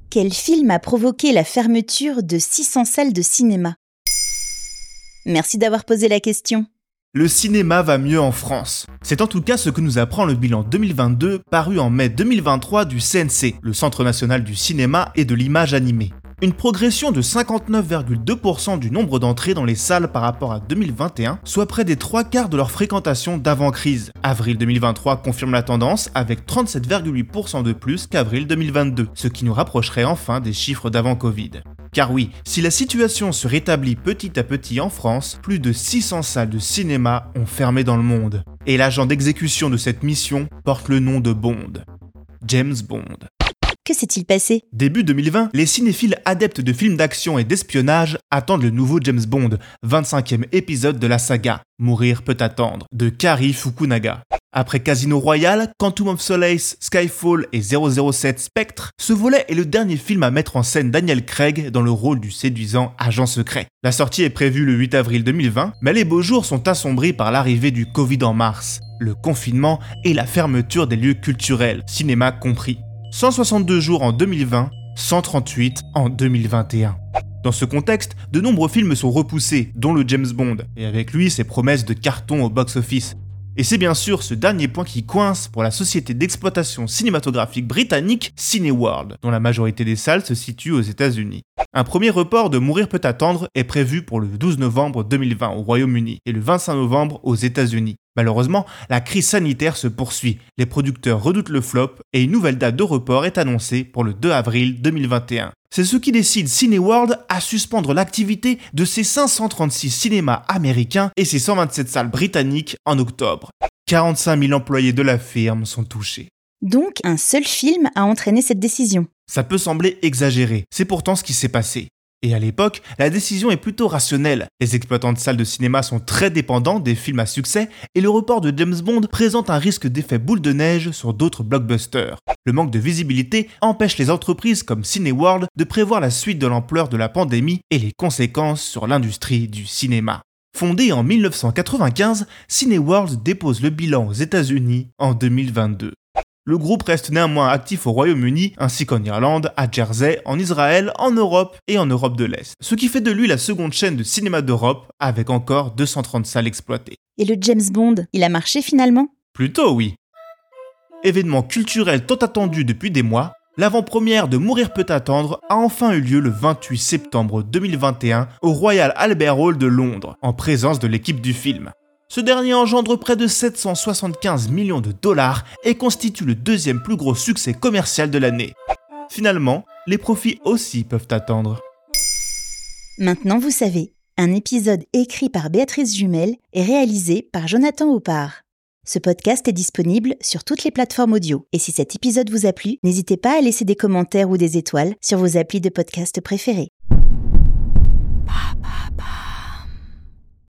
Quel film a provoqué la fermeture de 600 salles de cinéma ? Merci d'avoir posé la question. Le cinéma va mieux en France. C'est en tout cas ce que nous apprend le bilan 2022 paru en mai 2023 du CNC, le Centre national du cinéma et de l'image animée. Une progression de 59,2% du nombre d'entrées dans les salles par rapport à 2021, soit près des 3/4 de leur fréquentation d'avant-crise. Avril 2023 confirme la tendance avec 37,8% de plus qu'avril 2022, ce qui nous rapprocherait enfin des chiffres d'avant-Covid. Car oui, si la situation se rétablit petit à petit en France, plus de 600 salles de cinéma ont fermé dans le monde. Et l'agent d'exécution de cette mission porte le nom de Bond. James Bond. Que s'est-il passé ? Début 2020, les cinéphiles adeptes de films d'action et d'espionnage attendent le nouveau James Bond, 25e épisode de la saga « Mourir peut attendre » de Cary Fukunaga. Après Casino Royale, Quantum of Solace, Skyfall et 007 Spectre, ce volet est le dernier film à mettre en scène Daniel Craig dans le rôle du séduisant agent secret. La sortie est prévue le 8 avril 2020, mais les beaux jours sont assombris par l'arrivée du Covid en mars, le confinement et la fermeture des lieux culturels, cinéma compris. 162 jours en 2020, 138 en 2021. Dans ce contexte, de nombreux films sont repoussés, dont le James Bond, et avec lui ses promesses de carton au box-office. Et c'est bien sûr ce dernier point qui coince pour la société d'exploitation cinématographique britannique Cineworld, dont la majorité des salles se situent aux États-Unis. Un premier report de Mourir peut attendre est prévu pour le 12 novembre 2020 au Royaume-Uni et le 25 novembre aux États-Unis. Malheureusement, la crise sanitaire se poursuit, les producteurs redoutent le flop et une nouvelle date de report est annoncée pour le 2 avril 2021. C'est ce qui décide Cineworld à suspendre l'activité de ses 536 cinémas américains et ses 127 salles britanniques en octobre. 45 000 employés de la firme sont touchés. Donc, un seul film a entraîné cette décision. Ça peut sembler exagéré, c'est pourtant ce qui s'est passé. Et à l'époque, la décision est plutôt rationnelle. Les exploitants de salles de cinéma sont très dépendants des films à succès et le report de James Bond présente un risque d'effet boule de neige sur d'autres blockbusters. Le manque de visibilité empêche les entreprises comme Cineworld de prévoir la suite de l'ampleur de la pandémie et les conséquences sur l'industrie du cinéma. Fondé en 1995, Cineworld dépose le bilan aux États-Unis en 2022. Le groupe reste néanmoins actif au Royaume-Uni, ainsi qu'en Irlande, à Jersey, en Israël, en Europe et en Europe de l'Est. Ce qui fait de lui la seconde chaîne de cinéma d'Europe, avec encore 230 salles exploitées. Et le James Bond, il a marché finalement ? Plutôt oui. Événement culturel tant attendu depuis des mois, l'avant-première de Mourir peut attendre a enfin eu lieu le 28 septembre 2021 au Royal Albert Hall de Londres, en présence de l'équipe du film. Ce dernier engendre près de 775 millions de dollars et constitue le deuxième plus gros succès commercial de l'année. Finalement, les profits aussi peuvent attendre. Maintenant vous savez, un épisode écrit par Béatrice Jumel et réalisé par Jonathan Oppard. Ce podcast est disponible sur toutes les plateformes audio. Et si cet épisode vous a plu, n'hésitez pas à laisser des commentaires ou des étoiles sur vos applis de podcast préférés.